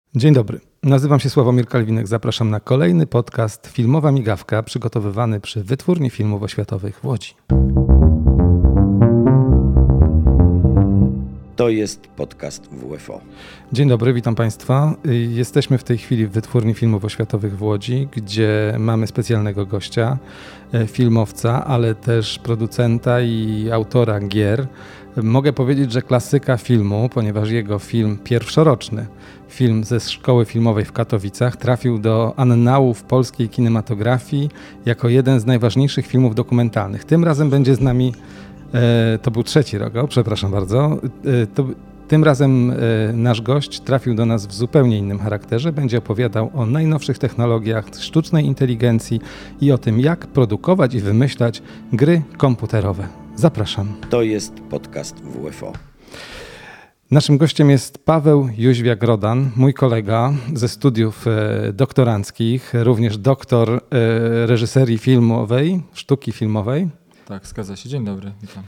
Dzień dobry, nazywam się Sławomir Kalwinek. Zapraszam na kolejny podcast Filmowa Migawka przygotowywany przy Wytwórni Filmów Oświatowych w Łodzi. To jest podcast WFO. Dzień dobry, witam Państwa. Jesteśmy w tej chwili w Wytwórni Filmów Oświatowych w Łodzi, gdzie mamy specjalnego gościa, filmowca, ale też producenta i autora gier. Mogę powiedzieć, że klasyka filmu, ponieważ jego film pierwszoroczny, film ze Szkoły Filmowej w Katowicach, trafił do annałów polskiej kinematografii jako jeden z najważniejszych filmów dokumentalnych. Tym razem będzie z nami, to był trzeci rok, przepraszam bardzo, tym razem nasz gość trafił do nas w zupełnie innym charakterze. Będzie opowiadał o najnowszych technologiach sztucznej inteligencji i o tym, jak produkować i wymyślać gry komputerowe. Zapraszam. To jest podcast WFO. Naszym gościem jest Paweł Jóźwiak-Rodan, mój kolega ze studiów doktoranckich, również doktor reżyserii filmowej, sztuki filmowej. Tak, zgadza się. Dzień dobry, witam.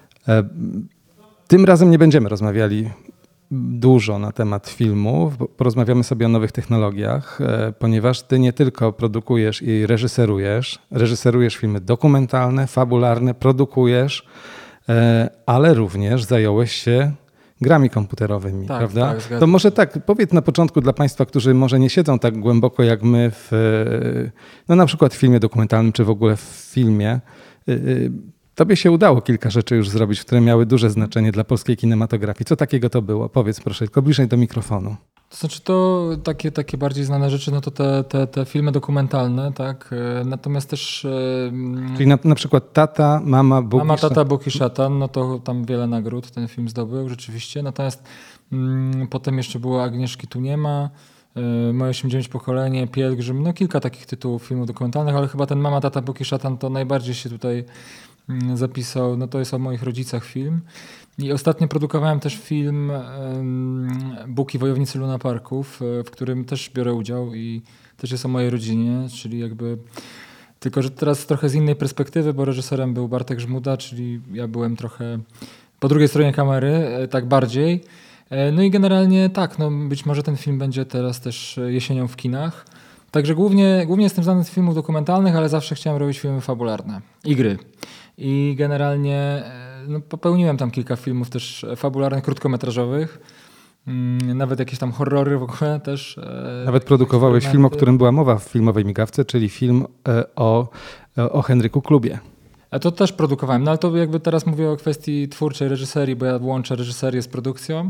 Tym razem nie będziemy rozmawiali dużo na temat filmu, porozmawiamy sobie o nowych technologiach, ponieważ ty nie tylko produkujesz i reżyserujesz filmy dokumentalne, fabularne, produkujesz, ale również zająłeś się grami komputerowymi, tak, prawda? Tak, to może tak, powiedz na początku dla Państwa, którzy może nie siedzą tak głęboko jak my na przykład w filmie dokumentalnym, czy w ogóle w filmie. Tobie się udało kilka rzeczy już zrobić, które miały duże znaczenie dla polskiej kinematografii. Co takiego to było? Powiedz proszę, tylko bliżej do mikrofonu. To znaczy to takie bardziej znane rzeczy, no to te filmy dokumentalne, tak? Natomiast też... Czyli na przykład Tata, Mama, Bóg Mama, Tata, Bóg i Szatan, no to tam wiele nagród ten film zdobył rzeczywiście. Natomiast potem jeszcze było Agnieszki tu nie ma, Moje 89 pokolenie, Pielgrzym, no kilka takich tytułów filmów dokumentalnych, ale chyba ten Mama, Tata, Bóg i Szatan to najbardziej się tutaj zapisał, no to jest o moich rodzicach film. I ostatnio produkowałem też film Bóg i wojownicy lunaparków, w którym też biorę udział i też jest o mojej rodzinie, czyli jakby... Tylko, że teraz trochę z innej perspektywy, bo reżyserem był Bartek Żmuda, czyli ja byłem trochę po drugiej stronie kamery, tak bardziej. No i generalnie tak, no być może ten film będzie teraz też jesienią w kinach. Także głównie jestem znany z filmów dokumentalnych, ale zawsze chciałem robić filmy fabularne i gry. I generalnie popełniłem tam kilka filmów też fabularnych, krótkometrażowych. Nawet jakieś tam horrory w ogóle też. Nawet produkowałeś film, o którym była mowa w Filmowej Migawce, czyli film o Henryku Klubie. A to też produkowałem, no ale to jakby teraz mówię o kwestii twórczej reżyserii, bo ja łączę reżyserię z produkcją.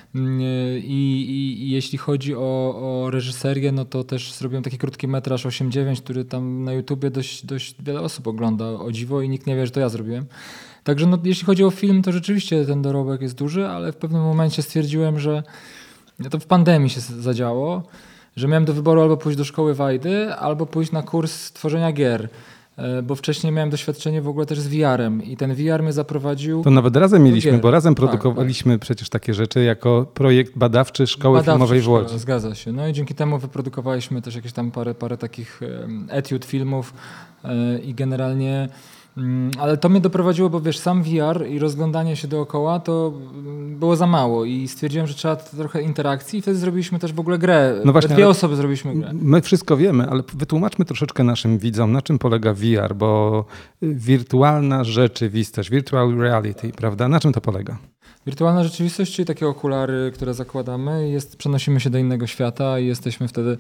I jeśli chodzi o reżyserię, no to też zrobiłem taki krótki metraż 8-9, który tam na YouTubie dość wiele osób ogląda, o dziwo, i nikt nie wie, że to ja zrobiłem. Także no, jeśli chodzi o film, to rzeczywiście ten dorobek jest duży, ale w pewnym momencie stwierdziłem, że to w pandemii się zadziało, że miałem do wyboru albo pójść do szkoły Wajdy, albo pójść na kurs tworzenia gier. Bo wcześniej miałem doświadczenie w ogóle też z VR-em i ten VR mnie zaprowadził... To nawet razem mieliśmy, bo razem produkowaliśmy przecież takie rzeczy jako projekt badawczy Szkoły Filmowej w Łodzi. Zgadza się. No i dzięki temu wyprodukowaliśmy też jakieś tam parę takich etiud filmów i generalnie... Ale to mnie doprowadziło, bo wiesz, sam VR i rozglądanie się dookoła to było za mało i stwierdziłem, że trzeba trochę interakcji i wtedy zrobiliśmy też w ogóle grę. No właśnie, 2 osoby zrobiliśmy grę. My wszystko wiemy, ale wytłumaczmy troszeczkę naszym widzom, na czym polega VR, bo wirtualna rzeczywistość, virtual reality, prawda? Na czym to polega? Wirtualna rzeczywistość, czyli takie okulary, które zakładamy, przenosimy się do innego świata i jesteśmy wtedy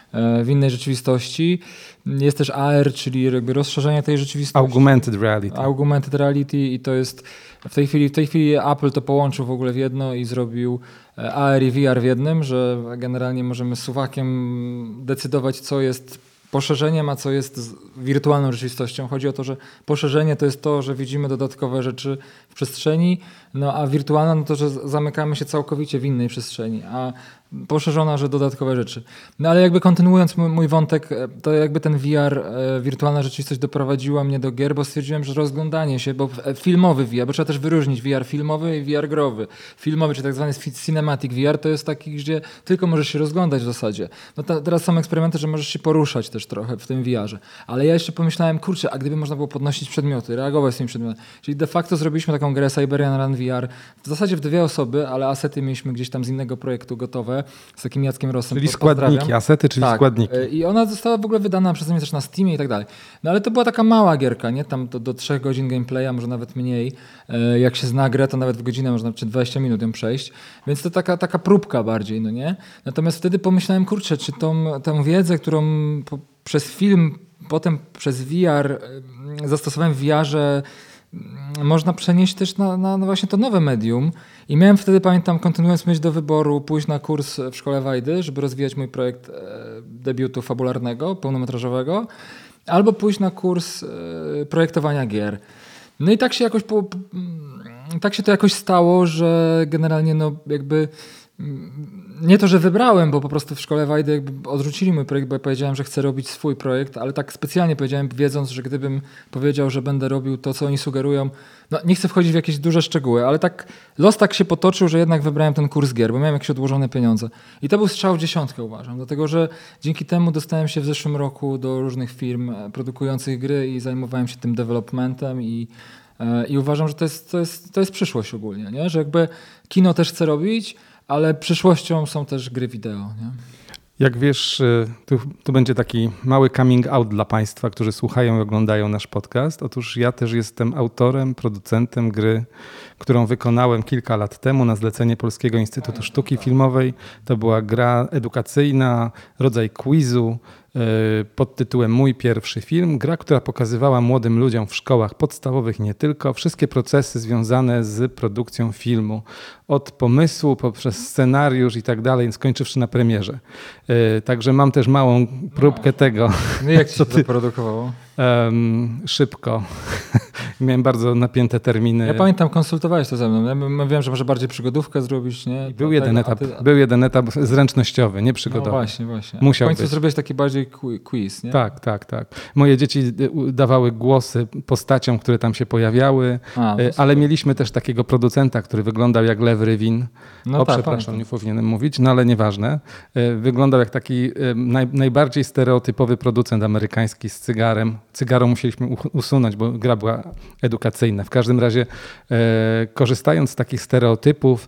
w innej rzeczywistości. Jest też AR, czyli jakby rozszerzenie tej rzeczywistości. Augmented reality. Augmented reality i to jest w tej chwili Apple to połączył w ogóle w jedno i zrobił AR i VR w jednym, że generalnie możemy suwakiem decydować, co jest poszerzeniem, a co jest wirtualną rzeczywistością. Chodzi o to, że poszerzenie to jest to, że widzimy dodatkowe rzeczy w przestrzeni, no a wirtualna no to, że zamykamy się całkowicie w innej przestrzeni, a poszerzona, że dodatkowe rzeczy. No ale jakby kontynuując mój wątek, to jakby ten VR, wirtualna rzeczywistość doprowadziła mnie do gier, bo stwierdziłem, że rozglądanie się, bo filmowy VR, bo trzeba też wyróżnić VR filmowy i VR growy. Filmowy, czy tak zwany cinematic VR, to jest taki, gdzie tylko możesz się rozglądać w zasadzie. No teraz są eksperymenty, że możesz się poruszać też trochę w tym VR-ze. Ale ja jeszcze pomyślałem, kurczę, a gdyby można było podnosić przedmioty, reagować z tymi przedmiotami. Czyli de facto zrobiliśmy taką grę Siberian Run VR, w zasadzie w 2 osoby, ale asety mieliśmy gdzieś tam z innego projektu gotowe. z takim Jackiem Rossem. Czyli składniki, asety, czyli tak. składniki. I ona została w ogóle wydana przeze mnie też na Steamie i tak dalej. No ale to była taka mała gierka, nie? Tam do 3 godzin gameplaya, może nawet mniej. Jak się zna grę, to nawet w godzinę można czy 20 minut ją przejść. Więc to taka próbka bardziej, no nie? Natomiast wtedy pomyślałem, kurczę, czy tą wiedzę, którą przez film, potem przez VR zastosowałem w VR-ze, można przenieść też na właśnie to nowe medium. I miałem wtedy, pamiętam, kontynuując mieć do wyboru, pójść na kurs w szkole Wajdy, żeby rozwijać mój projekt debiutu fabularnego, pełnometrażowego, albo pójść na kurs projektowania gier. No i tak się jakoś tak się to jakoś stało, że generalnie no jakby nie to, że wybrałem, bo po prostu w szkole Wajdy jakby odrzucili mój projekt, bo ja powiedziałem, że chcę robić swój projekt, ale tak specjalnie powiedziałem, wiedząc, że gdybym powiedział, że będę robił to, co oni sugerują, no nie chcę wchodzić w jakieś duże szczegóły, ale tak los tak się potoczył, że jednak wybrałem ten kurs gier, bo miałem jakieś odłożone pieniądze. I to był strzał w dziesiątkę, uważam, dlatego że dzięki temu dostałem się w zeszłym roku do różnych firm produkujących gry i zajmowałem się tym developmentem i uważam, że to jest przyszłość ogólnie, nie? Że jakby kino też chcę robić, ale przyszłością są też gry wideo. Nie? Jak wiesz, tu będzie taki mały coming out dla Państwa, którzy słuchają i oglądają nasz podcast. Otóż ja też jestem autorem, producentem gry, którą wykonałem kilka lat temu na zlecenie Polskiego Instytutu Sztuki Filmowej. To była gra edukacyjna, rodzaj quizu pod tytułem Mój pierwszy film. Gra, która pokazywała młodym ludziom w szkołach podstawowych nie tylko wszystkie procesy związane z produkcją filmu. Od pomysłu poprzez scenariusz i tak dalej, skończywszy na premierze. Także mam też małą próbkę tego. No jak ci się to produkowało? Szybko. Miałem bardzo napięte terminy. Ja pamiętam, konsultowałeś to ze mną. Ja mówiłem, że może bardziej przygodówkę zrobić, nie? Był jeden etap zręcznościowy, nie przygodowy. No właśnie. Musiał w końcu być. zrobiłeś taki bardziej quiz, nie? Tak. Moje dzieci dawały głosy postaciom, które tam się pojawiały, ale mieliśmy też takiego producenta, który wyglądał jak Lew Rywin. Przepraszam, nie powinienem mówić, no ale nieważne. Wyglądał jak taki najbardziej stereotypowy producent amerykański z cygarem. Cygaro musieliśmy usunąć, bo gra była edukacyjna. W każdym razie korzystając z takich stereotypów,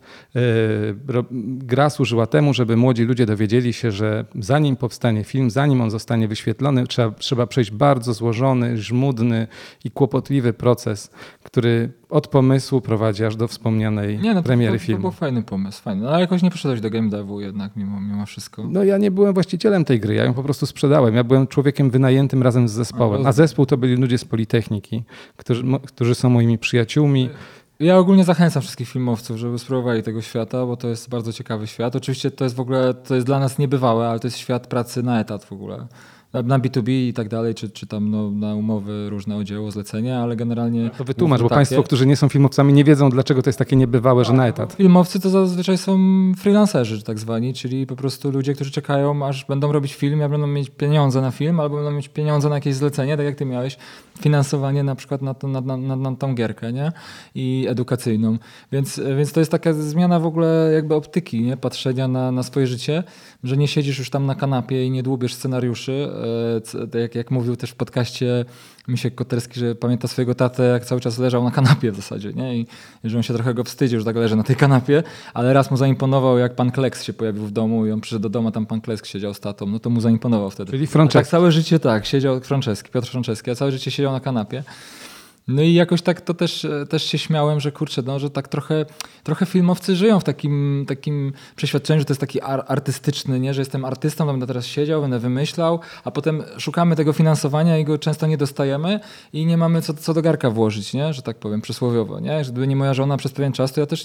gra służyła temu, żeby młodzi ludzie dowiedzieli się, że zanim powstanie film, zanim on zostanie wyświetlony, trzeba przejść bardzo złożony, żmudny i kłopotliwy proces, który od pomysłu prowadzi aż do wspomnianej premiery filmu. To był fajny pomysł, fajny. No, ale jakoś nie przyszedłeś do game devu jednak mimo wszystko. No ja nie byłem właścicielem tej gry, ja ją po prostu sprzedałem. Ja byłem człowiekiem wynajętym razem z zespołem, a zespół to byli ludzie z Politechniki, którzy są moimi przyjaciółmi. Ja ogólnie zachęcam wszystkich filmowców, żeby spróbowali tego świata, bo to jest bardzo ciekawy świat. Oczywiście to jest dla nas niebywałe, ale to jest świat pracy na etat w ogóle. Na B2B i tak dalej, czy tam na umowy różne o dzieło, zlecenia, ale generalnie... To wytłumacz, bo Państwo, którzy nie są filmowcami, nie wiedzą, dlaczego to jest takie niebywałe, że na etat. Filmowcy to zazwyczaj są freelancerzy tak zwani, czyli po prostu ludzie, którzy czekają, aż będą robić film, a będą mieć pieniądze na film, albo będą mieć pieniądze na jakieś zlecenie, tak jak ty miałeś finansowanie na przykład na tą gierkę, nie? I edukacyjną. Więc to jest taka zmiana w ogóle jakby optyki, nie? Patrzenia na swoje życie, że nie siedzisz już tam na kanapie i nie dłubiesz scenariuszy, jak mówił też w podcaście Misiek Koterski, że pamięta swojego tatę, jak cały czas leżał na kanapie w zasadzie, nie? I że on się trochę go wstydził, że tak leży na tej kanapie, ale raz mu zaimponował, jak pan Kleks się pojawił w domu i on przyszedł do domu, a tam pan Klesk siedział z tatą, no to mu zaimponował wtedy. Czyli Franceski. Tak całe życie siedział Piotr Franceski, a całe życie siedział na kanapie. No i jakoś tak to też się śmiałem, że kurczę, no, że tak trochę filmowcy żyją w takim przeświadczeniu, że to jest taki artystyczny, nie? Że jestem artystą, to będę teraz siedział, będę wymyślał, a potem szukamy tego finansowania i go często nie dostajemy i nie mamy co do garka włożyć, nie? Że tak powiem przysłowiowo, nie? Że gdyby nie moja żona przez pewien czas, to ja też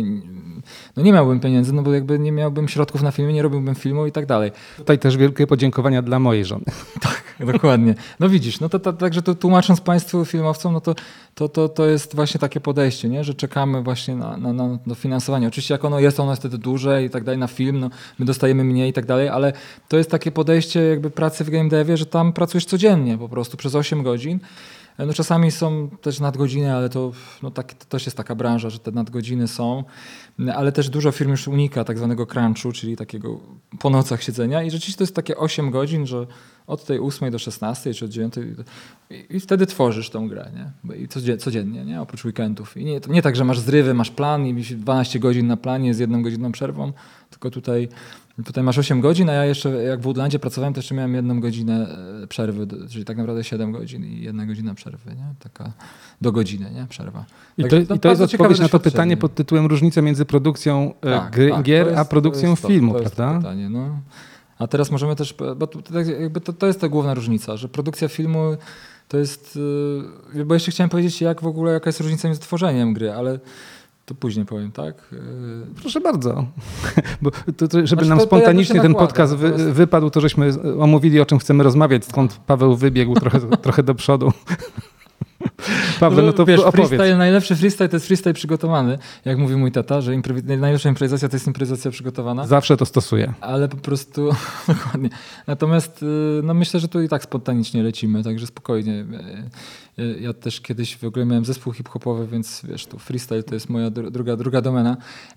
nie miałbym pieniędzy, no bo jakby nie miałbym środków na filmy, nie robiłbym filmu i tak dalej. Tutaj też wielkie podziękowania dla mojej żony. Tak, dokładnie. No widzisz, no to także to tłumacząc Państwu filmowcom, no to jest właśnie takie podejście, nie? Że czekamy właśnie na dofinansowanie. Oczywiście jak ono jest wtedy duże i tak dalej na film, no my dostajemy mniej i tak dalej, ale to jest takie podejście jakby pracy w game devie, że tam pracujesz codziennie po prostu przez 8 godzin. No czasami są też nadgodziny, ale to też jest taka branża, że te nadgodziny są, ale też dużo firm już unika tak zwanego crunchu, czyli takiego po nocach siedzenia i rzeczywiście to jest takie 8 godzin, że od tej 8 do 16 czy od 9 i wtedy tworzysz tą grę, nie? I codziennie, nie? Oprócz weekendów. I nie tak, że masz zrywy, masz plan i 12 godzin na planie z 1 godzinną przerwą, Tylko tutaj masz 8 godzin, a ja jeszcze jak w Woodlandzie pracowałem, to jeszcze miałem 1 godzinę przerwy, czyli tak naprawdę 7 godzin i 1 godzina przerwy, nie? Taka do godziny, nie? Przerwa. I to jest odpowiedź na to pytanie pod tytułem różnica między produkcją gier a produkcją filmu, prawda? Pytanie, no. A teraz możemy też, bo to jest ta główna różnica, że produkcja filmu to jest, bo jeszcze chciałem powiedzieć jaka jest różnica między tworzeniem gry, ale to później powiem, tak? Proszę bardzo. Bo żeby nam spontanicznie ten podcast wypadł, to żeśmy omówili, o czym chcemy rozmawiać, skąd Paweł wybiegł trochę do przodu. Paweł, no to wiesz, opowiedz. Najlepszy freestyle to jest freestyle przygotowany. Jak mówi mój tata, że najlepsza improwizacja to jest improwizacja przygotowana. Zawsze to stosuję. Ale po prostu, dokładnie. Natomiast no myślę, że tu i tak spontanicznie lecimy, także spokojnie. Ja też kiedyś w ogóle miałem zespół hip-hopowy, więc wiesz, tu freestyle to jest moja druga domena.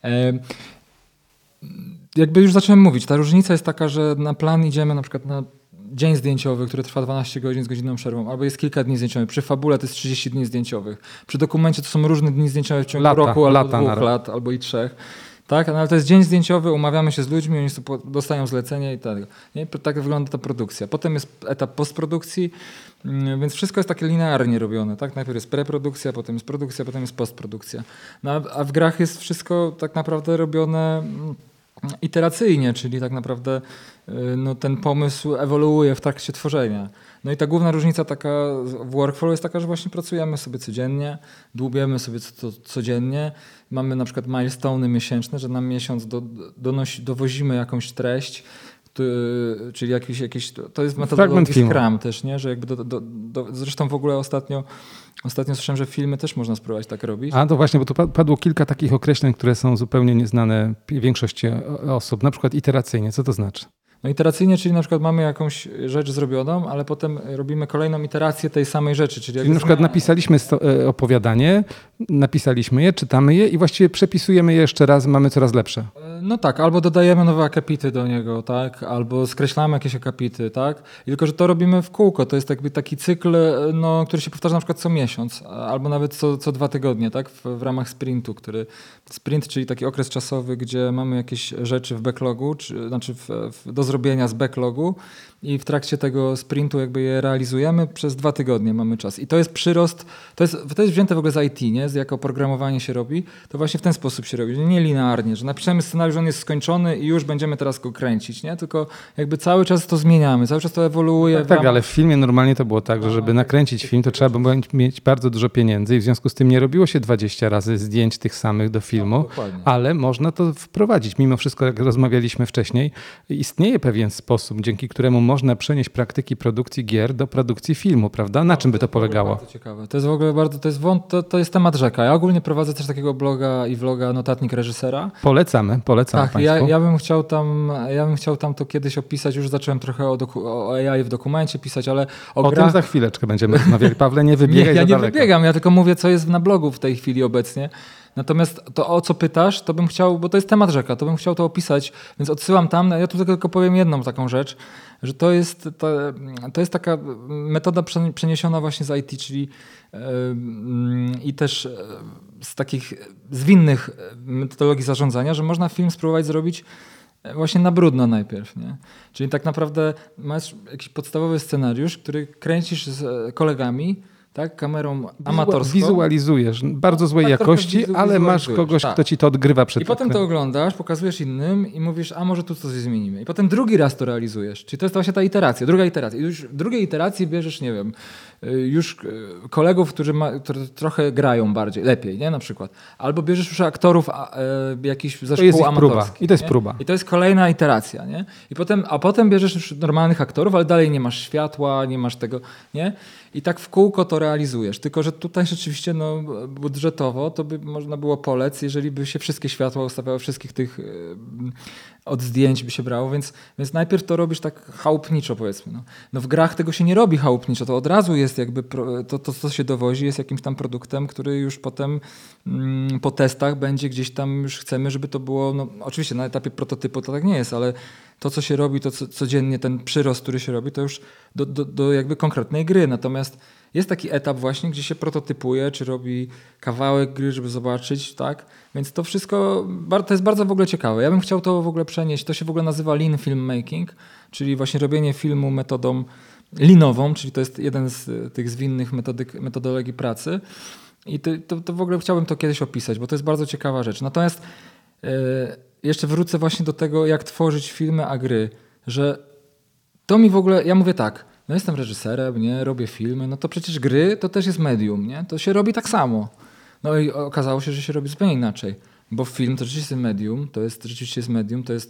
Jakby już zacząłem mówić, ta różnica jest taka, że na plan idziemy na przykład na dzień zdjęciowy, który trwa 12 godzin z godzinną przerwą, albo jest kilka dni zdjęciowych. Przy fabule to jest 30 dni zdjęciowych. Przy dokumencie to są różne dni zdjęciowe w ciągu roku, albo 2 lat, albo i 3. Tak? No, ale to jest dzień zdjęciowy, umawiamy się z ludźmi, oni dostają zlecenie i tak. Nie? Tak wygląda ta produkcja. Potem jest etap postprodukcji, więc wszystko jest takie linearnie robione. Tak? Najpierw jest preprodukcja, potem jest produkcja, potem jest postprodukcja. No, a w grach jest wszystko tak naprawdę robione iteracyjnie, czyli tak naprawdę no, ten pomysł ewoluuje w trakcie tworzenia. No i ta główna różnica taka w workflow jest taka, że właśnie pracujemy sobie codziennie, dłubiemy sobie codziennie. Mamy na przykład milestone'y miesięczne, że na miesiąc dowozimy jakąś treść, czyli jakieś to jest metodologia Scrum też, nie? Że jakby zresztą w ogóle ostatnio słyszałem, że filmy też można spróbować tak robić. A to właśnie, bo tu padło kilka takich określeń, które są zupełnie nieznane większości osób, na przykład iteracyjnie. Co to znaczy? No iteracyjnie, czyli na przykład mamy jakąś rzecz zrobioną, ale potem robimy kolejną iterację tej samej rzeczy. Czyli na przykład napisaliśmy opowiadanie, napisaliśmy je, czytamy je i właściwie przepisujemy je jeszcze raz, mamy coraz lepsze. No tak, albo dodajemy nowe akapity do niego, tak, albo skreślamy jakieś akapity, tak. I tylko, że to robimy w kółko. To jest jakby taki cykl, no, który się powtarza na przykład co miesiąc, albo nawet co 2 tygodnie, tak, w ramach sprintu, sprint, czyli taki okres czasowy, gdzie mamy jakieś rzeczy w backlogu, znaczy do zrobienia z backlogu i w trakcie tego sprintu jakby je realizujemy, przez 2 tygodnie mamy czas. I to jest przyrost, to jest wzięte w ogóle z IT, nie? Jak oprogramowanie się robi, to właśnie w ten sposób się robi, nie linearnie, że napiszemy scenariusz, on jest skończony i już będziemy teraz go kręcić, nie? Tylko jakby cały czas to zmieniamy, cały czas to ewoluuje. Tak, ale w filmie normalnie to było tak, że żeby nakręcić film, to trzeba było mieć bardzo dużo pieniędzy i w związku z tym nie robiło się 20 razy zdjęć tych samych do filmu, ale można to wprowadzić. Mimo wszystko, jak rozmawialiśmy wcześniej, istnieje pewien sposób, dzięki któremu można przenieść praktyki produkcji gier do produkcji filmu, prawda? Na czym by to polegało? Bardzo ciekawe. To jest w ogóle to jest temat rzeka. Ja ogólnie prowadzę też takiego bloga i vloga Notatnik Reżysera. Polecamy tak, Państwu. Ja bym chciał tam to kiedyś opisać, już zacząłem trochę o AI w dokumencie pisać, ale o tym za chwileczkę będziemy rozmawiali. Pawle, nie wybiegaj ja za daleko. Nie wybiegam, ja tylko mówię, co jest na blogu w tej chwili obecnie. Natomiast to, o co pytasz, to bym chciał, bo to jest temat rzeka, to bym chciał to opisać, więc odsyłam tam. Ja tu tylko powiem jedną taką rzecz, że to jest taka metoda przeniesiona właśnie z IT, czyli i też z takich zwinnych metodologii zarządzania, że można film spróbować zrobić właśnie na brudno najpierw, nie? Czyli tak naprawdę masz jakiś podstawowy scenariusz, który kręcisz z kolegami, tak, kamerą amatorską. Wizualizujesz bardzo złej jakości, ale masz kogoś, kto ci to odgrywa przed I potem to oglądasz, pokazujesz innym i mówisz, a może tu coś zmienimy. I potem drugi raz to realizujesz. Czyli to jest właśnie ta iteracja, druga iteracja. I już w drugiej iteracji bierzesz, nie wiem, już kolegów, którzy trochę grają lepiej, nie, na przykład. Albo bierzesz już aktorów jakiś zespół amatorski. I to jest próba. I to jest kolejna iteracja, nie? A potem bierzesz już normalnych aktorów, ale dalej nie masz światła, nie masz tego, nie? I tak w kółko to realizujesz. Tylko że tutaj rzeczywiście budżetowo to by można było polec, jeżeli by się wszystkie światła ustawiały, wszystkich tych od zdjęć by się brało, więc najpierw to robisz tak chałupniczo, powiedzmy. No w grach tego się nie robi chałupniczo, to od razu jest jakby to, co się dowozi, jest jakimś tam produktem, który już potem po testach będzie gdzieś tam, już chcemy, żeby to było, no oczywiście na etapie prototypu to tak nie jest, ale to, co się robi, to codziennie ten przyrost, który się robi, to już do jakby konkretnej gry. Natomiast jest taki etap właśnie, gdzie się prototypuje, czy robi kawałek gry, żeby zobaczyć, tak? Więc to wszystko, to jest bardzo w ogóle ciekawe. Ja bym chciał to w ogóle przenieść, to się w ogóle nazywa lean filmmaking, czyli właśnie robienie filmu metodą linową, czyli to jest jeden z tych zwinnych metodologii pracy. I to w ogóle chciałbym to kiedyś opisać, bo to jest bardzo ciekawa rzecz. Natomiast jeszcze wrócę właśnie do tego, jak tworzyć filmy, a gry, że to mi w ogóle, ja mówię tak, no jestem reżyserem, nie, robię filmy, no to przecież gry to też jest medium, nie, to się robi tak samo. No i okazało się, że się robi zupełnie inaczej, bo film to rzeczywiście jest medium, to jest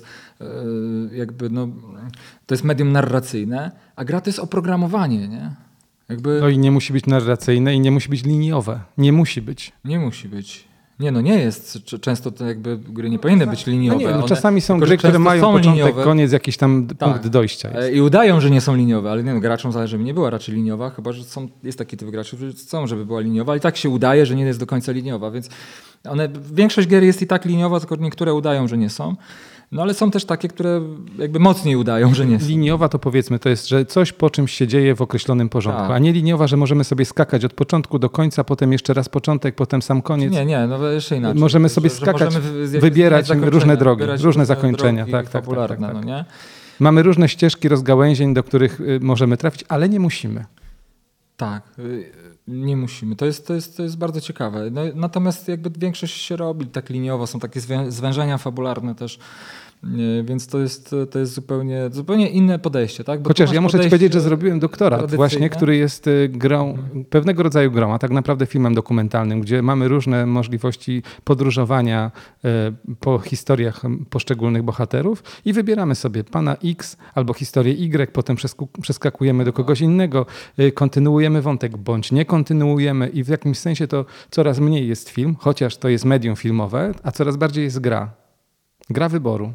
jakby, no, to jest medium narracyjne, a gra to jest oprogramowanie, nie. Jakby... No i nie musi być narracyjne i nie musi być liniowe. Nie musi być. Nie musi być. Nie, no nie jest. Często to jakby gry nie powinny być liniowe. No nie, czasami są gry, które mają początek, liniowe. Koniec, jakiś tam punkt dojścia. Jest. I udają, że nie są liniowe, ale nie, no, graczom zależy, żeby nie była raczej liniowa, chyba że jest taki typ graczy, którzy chcą, żeby była liniowa, ale i tak się udaje, że nie jest do końca liniowa, więc większość gier jest i tak liniowa, tylko niektóre udają, że nie są. No ale są też takie, które jakby mocniej udają, że nie są. Liniowa to powiedzmy, to jest, że coś po czymś się dzieje w określonym porządku, a nie liniowa, że możemy sobie skakać od początku do końca, potem jeszcze raz początek, potem sam koniec. Nie, no jeszcze inaczej. Możemy sobie skakać, wybierać różne drogi, różne zakończenia. Tak. No nie? Mamy różne ścieżki rozgałęzień, do których możemy trafić, ale nie musimy. Tak, nie musimy. To jest bardzo ciekawe. No, natomiast jakby większość się robi tak liniowo, są takie zwężenia fabularne też, więc to jest zupełnie inne podejście. Tak? Bo chociaż ja muszę ci powiedzieć, że zrobiłem doktorat właśnie, który jest grą, pewnego rodzaju grą, a tak naprawdę filmem dokumentalnym, gdzie mamy różne możliwości podróżowania po historiach poszczególnych bohaterów i wybieramy sobie pana X albo historię Y, potem przeskakujemy do kogoś innego, kontynuujemy wątek bądź nie kontynuujemy i w jakimś sensie to coraz mniej jest film, chociaż to jest medium filmowe, a coraz bardziej jest gra. Gra wyboru.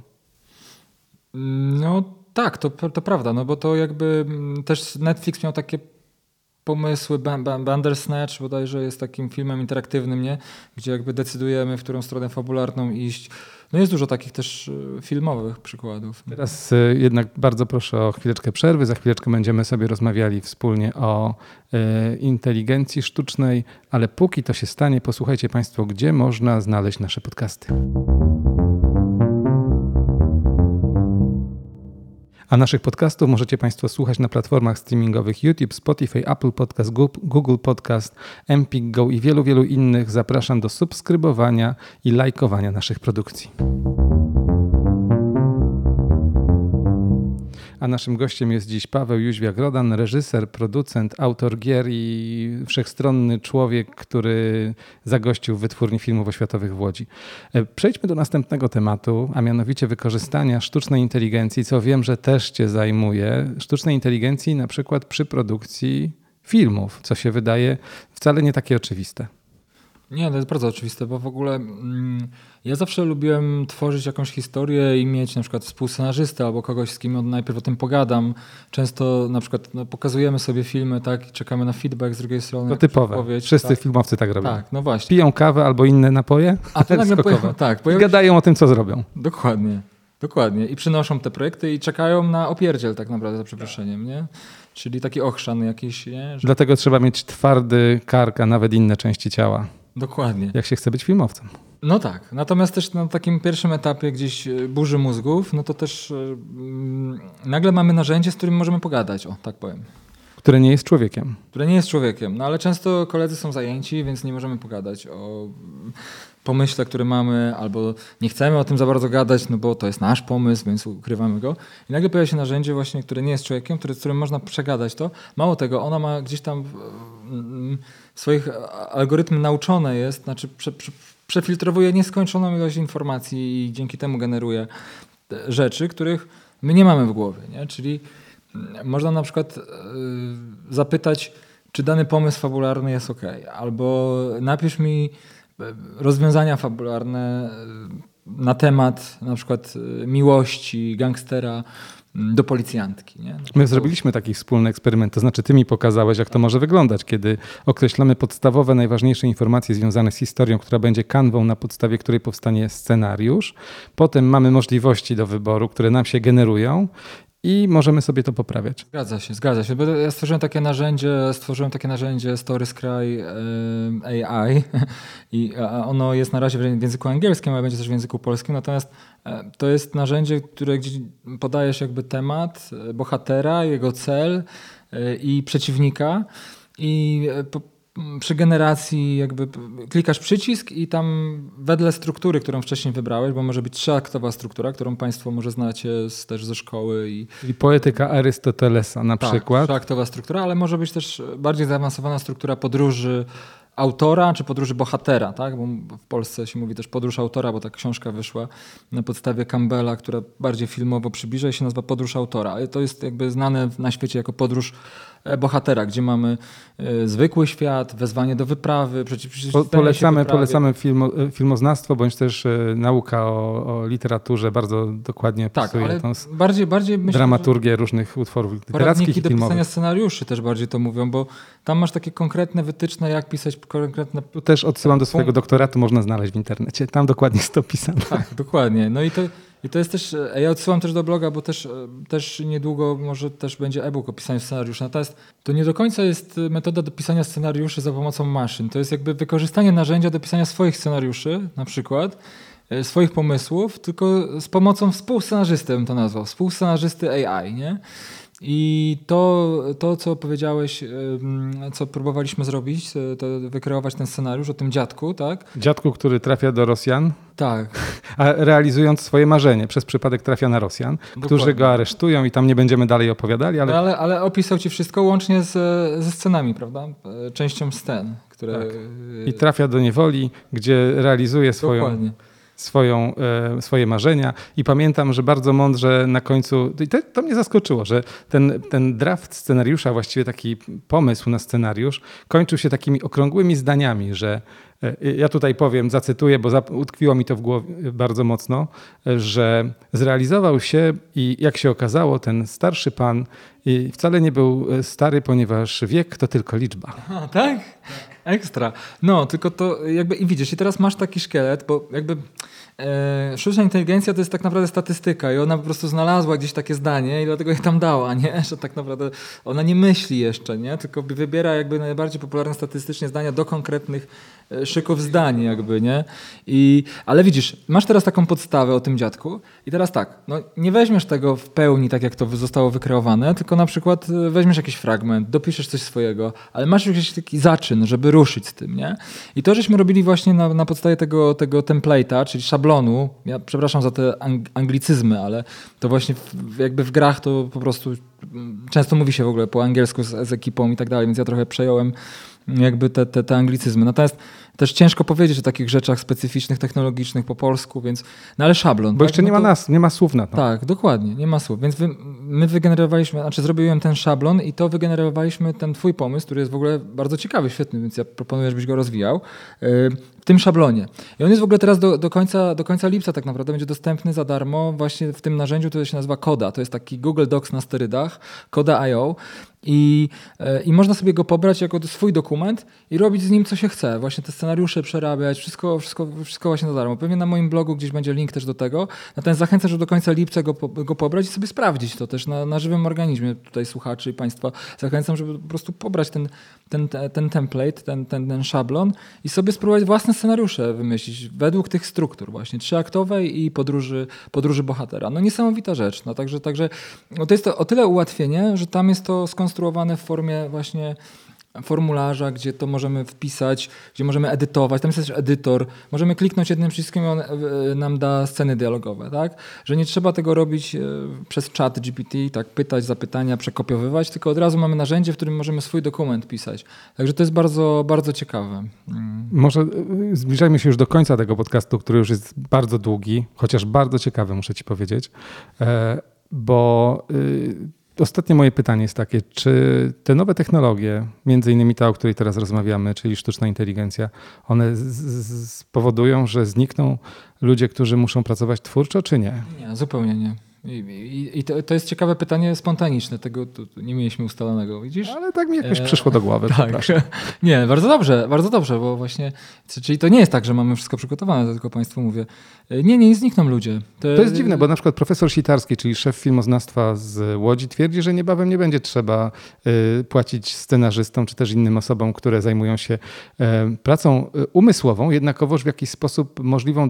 No tak, to prawda, no bo to jakby też Netflix miał takie pomysły, Bandersnatch bodajże jest takim filmem interaktywnym, nie? Gdzie jakby decydujemy, w którą stronę fabularną iść. No jest dużo takich też filmowych przykładów. Teraz jednak bardzo proszę o chwileczkę przerwy. Za chwileczkę będziemy sobie rozmawiali wspólnie o inteligencji sztucznej, ale póki to się stanie, posłuchajcie Państwo, gdzie można znaleźć nasze podcasty. A naszych podcastów możecie Państwo słuchać na platformach streamingowych YouTube, Spotify, Apple Podcast, Google Podcast, Empik Go i wielu, wielu innych. Zapraszam do subskrybowania i lajkowania naszych produkcji. A naszym gościem jest dziś Paweł Jóźwiak-Rodan, reżyser, producent, autor gier i wszechstronny człowiek, który zagościł w Wytwórni Filmów Oświatowych w Łodzi. Przejdźmy do następnego tematu, a mianowicie wykorzystania sztucznej inteligencji, co wiem, że też Cię zajmuje. Sztucznej inteligencji na przykład przy produkcji filmów, co się wydaje wcale nie takie oczywiste. Nie, to jest bardzo oczywiste, bo w ogóle ja zawsze lubiłem tworzyć jakąś historię i mieć na przykład współscenarzystę albo kogoś, z kim najpierw o tym pogadam. Często na przykład pokazujemy sobie filmy, tak, i czekamy na feedback z drugiej strony. To typowe. Wszyscy filmowcy tak robią. Tak, no właśnie. Piją kawę albo inne napoje, a to nagle i gadają o tym, co zrobią. Dokładnie. I przynoszą te projekty i czekają na opierdziel tak naprawdę, za przeproszeniem, nie? Czyli taki ochrzan jakiś, nie? Dlatego trzeba mieć twardy kark, a nawet inne części ciała. Dokładnie. Jak się chce być filmowcem. No tak. Natomiast też na takim pierwszym etapie gdzieś burzy mózgów, no to też nagle mamy narzędzie, z którym możemy pogadać, o tak powiem. Które nie jest człowiekiem. No ale często koledzy są zajęci, więc nie możemy pogadać o pomyśle, który mamy, albo nie chcemy o tym za bardzo gadać, no bo to jest nasz pomysł, więc ukrywamy go. I nagle pojawia się narzędzie właśnie, które nie jest człowiekiem, z którym można przegadać to. Mało tego, ona ma gdzieś tam swoich algorytmy nauczone jest, znaczy przefiltrowuje nieskończoną ilość informacji i dzięki temu generuje rzeczy, których my nie mamy w głowie, nie? Czyli można na przykład zapytać, czy dany pomysł fabularny jest ok, albo napisz mi rozwiązania fabularne na temat na przykład miłości gangstera do policjantki. Nie? My zrobiliśmy taki wspólny eksperyment, to znaczy ty mi pokazałeś, jak to może wyglądać, kiedy określamy podstawowe, najważniejsze informacje związane z historią, która będzie kanwą, na podstawie której powstanie scenariusz. Potem mamy możliwości do wyboru, które nam się generują i możemy sobie to poprawiać. Zgadza się. Bo ja stworzyłem takie narzędzie StoryScry AI i ono jest na razie w języku angielskim, ale będzie też w języku polskim. Natomiast to jest narzędzie, które gdzieś podajesz jakby temat bohatera, jego cel i przeciwnika i przy generacji jakby klikasz przycisk i tam wedle struktury, którą wcześniej wybrałeś, bo może być trzyaktowa struktura, którą państwo może znacie też ze szkoły. Czyli poetyka Arystotelesa na przykład. Trzyaktowa struktura, ale może być też bardziej zaawansowana struktura podróży autora czy podróży bohatera, tak? Bo w Polsce się mówi też podróż autora, bo ta książka wyszła na podstawie Campbella, która bardziej filmowo przybliża i się nazywa Podróż autora. Ale to jest jakby znane na świecie jako podróż bohatera, gdzie mamy zwykły świat, wezwanie do wyprawy. Polecamy filmoznawstwo, bądź też nauka o literaturze bardzo dokładnie opisuje tą bardziej myślę, dramaturgię różnych utworów literackich i filmowych. Do pisania scenariuszy też bardziej to mówią, bo tam masz takie konkretne wytyczne, jak pisać konkretne... Tu też odsyłam do swojego doktoratu, można znaleźć w internecie. Tam dokładnie jest to opisane. Tak, dokładnie. No i to jest też, ja odsyłam też do bloga, bo też niedługo może też będzie e-book o pisaniu scenariuszy. Natomiast to nie do końca jest metoda do pisania scenariuszy za pomocą maszyn. To jest jakby wykorzystanie narzędzia do pisania swoich scenariuszy, na przykład, swoich pomysłów, tylko z pomocą współscenarzysty, bym to nazwał. Współscenarzysty AI, nie? I to, co powiedziałeś, co próbowaliśmy zrobić, to wykreować ten scenariusz o tym dziadku, tak? Dziadku, który trafia do Rosjan. Tak. A realizując swoje marzenie, przez przypadek trafia na Rosjan, którzy go aresztują i tam nie będziemy dalej opowiadali. Ale opisał ci wszystko łącznie ze scenami, prawda? Częścią scen, które... Tak. I trafia do niewoli, gdzie realizuje swoje marzenia i pamiętam, że bardzo mądrze na końcu, i to mnie zaskoczyło, że ten draft scenariusza, właściwie taki pomysł na scenariusz kończył się takimi okrągłymi zdaniami, że ja tutaj powiem, zacytuję, bo utkwiło mi to w głowie bardzo mocno, że zrealizował się i jak się okazało, ten starszy pan wcale nie był stary, ponieważ wiek to tylko liczba. A, tak? Ekstra. No, tylko to jakby i widzisz, i teraz masz taki szkielet, bo jakby sztuczna inteligencja to jest tak naprawdę statystyka i ona po prostu znalazła gdzieś takie zdanie i dlatego je tam dała, nie? Że tak naprawdę ona nie myśli jeszcze, nie? Tylko wybiera jakby najbardziej popularne statystycznie zdania do konkretnych szyków zdań jakby, nie? Ale widzisz, masz teraz taką podstawę o tym dziadku i teraz tak, no nie weźmiesz tego w pełni tak jak to zostało wykreowane, tylko na przykład weźmiesz jakiś fragment, dopiszesz coś swojego, ale masz już jakiś taki zaczyn, żeby ruszyć z tym, nie? I to żeśmy robili właśnie na podstawie tego template'a, czyli szablonu. Ja przepraszam za te anglicyzmy, ale to właśnie jakby w grach to po prostu często mówi się w ogóle po angielsku z ekipą i tak dalej, więc ja trochę przejąłem jakby te anglicyzmy. Natomiast też ciężko powiedzieć o takich rzeczach specyficznych, technologicznych po polsku, więc... No ale szablon. Bo tak? Jeszcze nie ma słów na to. Tak, dokładnie, nie ma słów. Więc my wygenerowaliśmy, zrobiłem ten szablon i to wygenerowaliśmy ten twój pomysł, który jest w ogóle bardzo ciekawy, świetny, więc ja proponuję, żebyś go rozwijał w tym szablonie. I on jest w ogóle teraz do końca lipca tak naprawdę będzie dostępny za darmo właśnie w tym narzędziu, które się nazywa Coda. To jest taki Google Docs na sterydach, Coda.io. I można sobie go pobrać jako swój dokument i robić z nim co się chce. Właśnie te scenariusze przerabiać, wszystko właśnie za darmo. Pewnie na moim blogu gdzieś będzie link też do tego. Natomiast zachęcam, żeby do końca lipca go pobrać i sobie sprawdzić to też na żywym organizmie tutaj słuchaczy i Państwa. Zachęcam, żeby po prostu pobrać ten template, ten szablon i sobie spróbować własne scenariusze wymyślić według tych struktur właśnie trzyaktowej i podróży bohatera. No niesamowita rzecz. No, także no, to jest to o tyle ułatwienie, że tam jest to skonstruowane w formie właśnie formularza, gdzie to możemy wpisać, gdzie możemy edytować. Tam jest też edytor. Możemy kliknąć jednym przyciskiem i on nam da sceny dialogowe, tak? Że nie trzeba tego robić przez czat GPT, tak pytać, zapytania, przekopiowywać, tylko od razu mamy narzędzie, w którym możemy swój dokument pisać. Także to jest bardzo, bardzo ciekawe. Może zbliżajmy się już do końca tego podcastu, który już jest bardzo długi, chociaż bardzo ciekawy, muszę ci powiedzieć, bo ostatnie moje pytanie jest takie, czy te nowe technologie, między innymi ta, o której teraz rozmawiamy, czyli sztuczna inteligencja, one spowodują, że znikną ludzie, którzy muszą pracować twórczo, czy nie? Nie, zupełnie nie. I to jest ciekawe pytanie spontaniczne, tego tu nie mieliśmy ustalonego, widzisz? Ale tak mi jakoś przyszło do głowy. Tak. Nie, bardzo dobrze, bo właśnie, czyli to nie jest tak, że mamy wszystko przygotowane, to tylko Państwu mówię. Nie znikną ludzie. To jest dziwne, bo na przykład profesor Sitarski, czyli szef filmoznawstwa z Łodzi, twierdzi, że niebawem nie będzie trzeba płacić scenarzystom czy też innym osobom, które zajmują się pracą umysłową, jednakowoż w jakiś sposób możliwą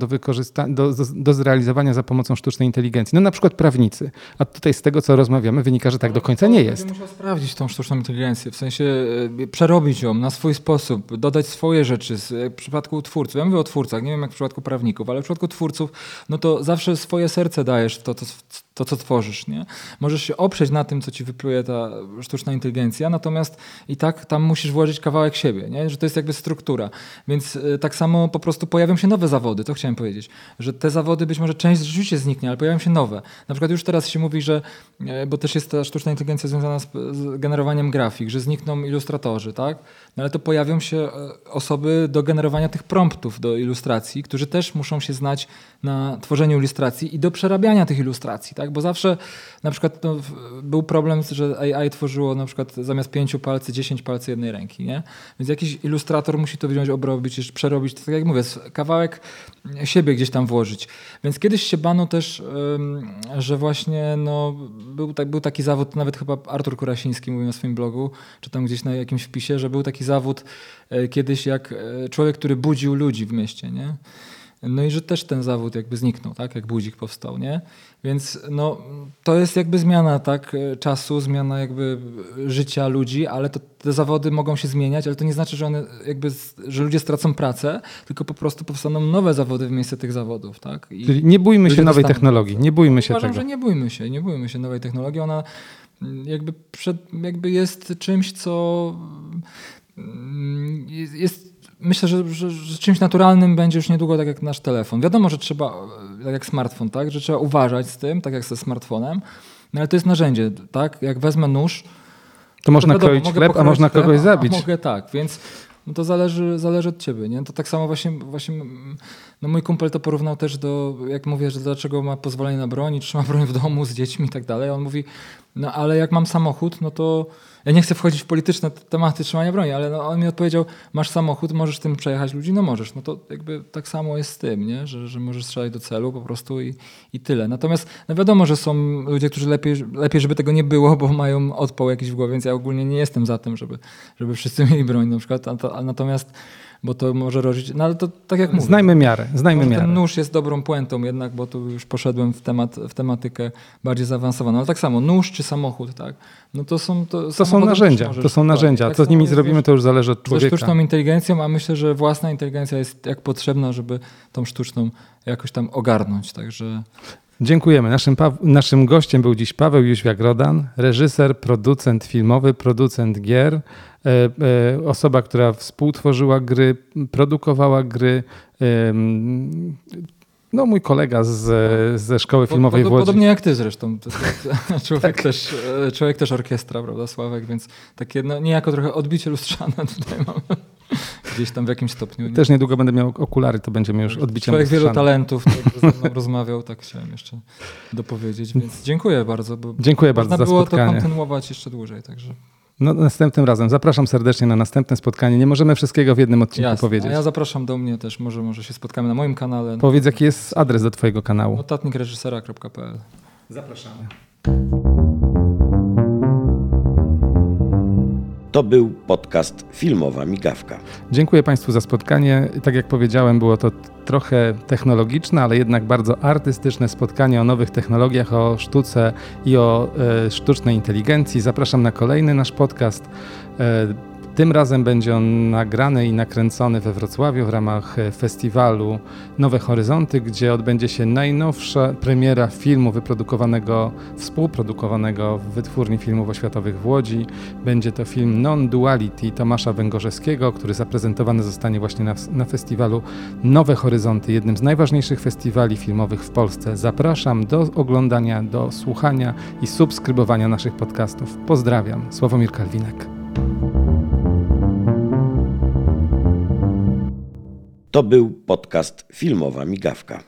do zrealizowania za pomocą sztucznej inteligencji. No na przykład prawnicy. A tutaj z tego, co rozmawiamy, wynika, że tak do końca nie jest. Musiał sprawdzić tą sztuczną inteligencję, w sensie przerobić ją na swój sposób, dodać swoje rzeczy. W przypadku twórców, ja mówię o twórcach, nie wiem jak w przypadku prawników, ale w przypadku twórców, no to zawsze swoje serce dajesz w to, co tworzysz. Nie? Możesz się oprzeć na tym, co ci wypluje ta sztuczna inteligencja, natomiast i tak tam musisz włożyć kawałek siebie, nie? Że to jest jakby struktura. Więc tak samo po prostu pojawią się nowe zawody, to chciałem powiedzieć, że te zawody być może część rzeczywiście zniknie, ale pojawią się nowe. Na przykład już teraz się mówi, że, bo też jest ta sztuczna inteligencja związana z generowaniem grafik, że znikną ilustratorzy, tak? No ale to pojawią się osoby do generowania tych promptów do ilustracji, którzy też muszą się znać na tworzeniu ilustracji i do przerabiania tych ilustracji, tak? Bo zawsze na przykład był problem, że AI tworzyło na przykład zamiast 5 palcy 10 palcy jednej ręki, nie? Więc jakiś ilustrator musi to wziąć, obrobić, przerobić, tak jak mówię, kawałek siebie gdzieś tam włożyć. Więc kiedyś się bano też, że właśnie był taki zawód, nawet chyba Artur Kurasiński mówił na swoim blogu, czy tam gdzieś na jakimś wpisie, że był taki zawód kiedyś jak człowiek, który budził ludzi w mieście, nie? No i że też ten zawód jakby zniknął, tak? Jak budzik powstał, nie? Więc to jest jakby zmiana, tak? Czasu, zmiana jakby życia ludzi, ale te zawody mogą się zmieniać, ale to nie znaczy, że one że ludzie stracą pracę, tylko po prostu powstaną nowe zawody w miejsce tych zawodów, tak? Czyli nie bójmy się nowej technologii, nie bójmy się Uważam, tego. że nie bójmy się nowej technologii, ona jakby jest czymś, co jest. Myślę, że czymś naturalnym będzie już niedługo, tak jak nasz telefon. Wiadomo, że trzeba, tak jak smartfon, tak, że trzeba uważać z tym, tak jak ze smartfonem, no ale to jest narzędzie, tak? Jak wezmę nóż, to można kroić chleb, a można kogoś zabić. Mogę tak, więc to zależy od ciebie, nie? To tak samo właśnie mój kumpel to porównał też do, jak mówię, że dlaczego ma pozwolenie na broń i trzyma broń w domu z dziećmi i tak dalej. On mówi, no ale jak mam samochód, no to ja nie chcę wchodzić w polityczne tematy trzymania broni, ale on mi odpowiedział, masz samochód, możesz tym przejechać ludzi, no możesz. No to jakby tak samo jest z tym, nie? Że możesz strzelać do celu po prostu i tyle. Natomiast wiadomo, że są ludzie, którzy lepiej, żeby tego nie było, bo mają odpał jakiś w głowie, więc ja ogólnie nie jestem za tym, żeby wszyscy mieli broń na przykład, natomiast bo to może rodzić, no ale to tak jak mówię. Znajmy miarę. Ten nóż jest dobrą puentą jednak, bo tu już poszedłem w tematykę bardziej zaawansowaną. Ale tak samo, nóż czy samochód, tak? No to są narzędzia. To są narzędzia. Tak, co z nimi zrobimy, to już zależy od człowieka. Ze sztuczną inteligencją, a myślę, że własna inteligencja jest jak potrzebna, żeby tą sztuczną jakoś tam ogarnąć. Także Dziękujemy. Naszym gościem był dziś Paweł Jóźwiak-Rodan, reżyser, producent filmowy, producent gier, osoba, która współtworzyła gry, produkowała gry, no mój kolega ze szkoły filmowej w Łodzi. Podobnie jak ty zresztą. Człowiek też orkiestra, prawda, Sławek, więc takie niejako trochę odbicie lustrzane tutaj mamy. Gdzieś tam w jakimś stopniu. Nie? Też niedługo będę miał okulary, to będzie już odbicie lustrzane. Człowiek wielu talentów, tak, ze mną rozmawiał, tak chciałem jeszcze dopowiedzieć, więc dziękuję bardzo. Dziękuję bardzo za spotkanie. Można było to kontynuować jeszcze dłużej, także. No następnym razem. Zapraszam serdecznie na następne spotkanie. Nie możemy wszystkiego w jednym odcinku powiedzieć. A ja zapraszam do mnie też. Może się spotkamy na moim kanale. Powiedz, jaki jest adres do twojego kanału. Notatnikreżysera.pl. Zapraszamy. To był podcast Filmowa Migawka. Dziękuję Państwu za spotkanie. Tak jak powiedziałem, było to trochę technologiczne, ale jednak bardzo artystyczne spotkanie o nowych technologiach, o sztuce i o sztucznej inteligencji. Zapraszam na kolejny nasz podcast. Tym razem będzie on nagrany i nakręcony we Wrocławiu w ramach festiwalu Nowe Horyzonty, gdzie odbędzie się najnowsza premiera filmu współprodukowanego w Wytwórni Filmów Oświatowych w Łodzi. Będzie to film Non-Duality Tomasza Węgorzewskiego, który zaprezentowany zostanie właśnie na festiwalu Nowe Horyzonty, jednym z najważniejszych festiwali filmowych w Polsce. Zapraszam do oglądania, do słuchania i subskrybowania naszych podcastów. Pozdrawiam. Sławomir Kalwinek. To był podcast Filmowa Migawka.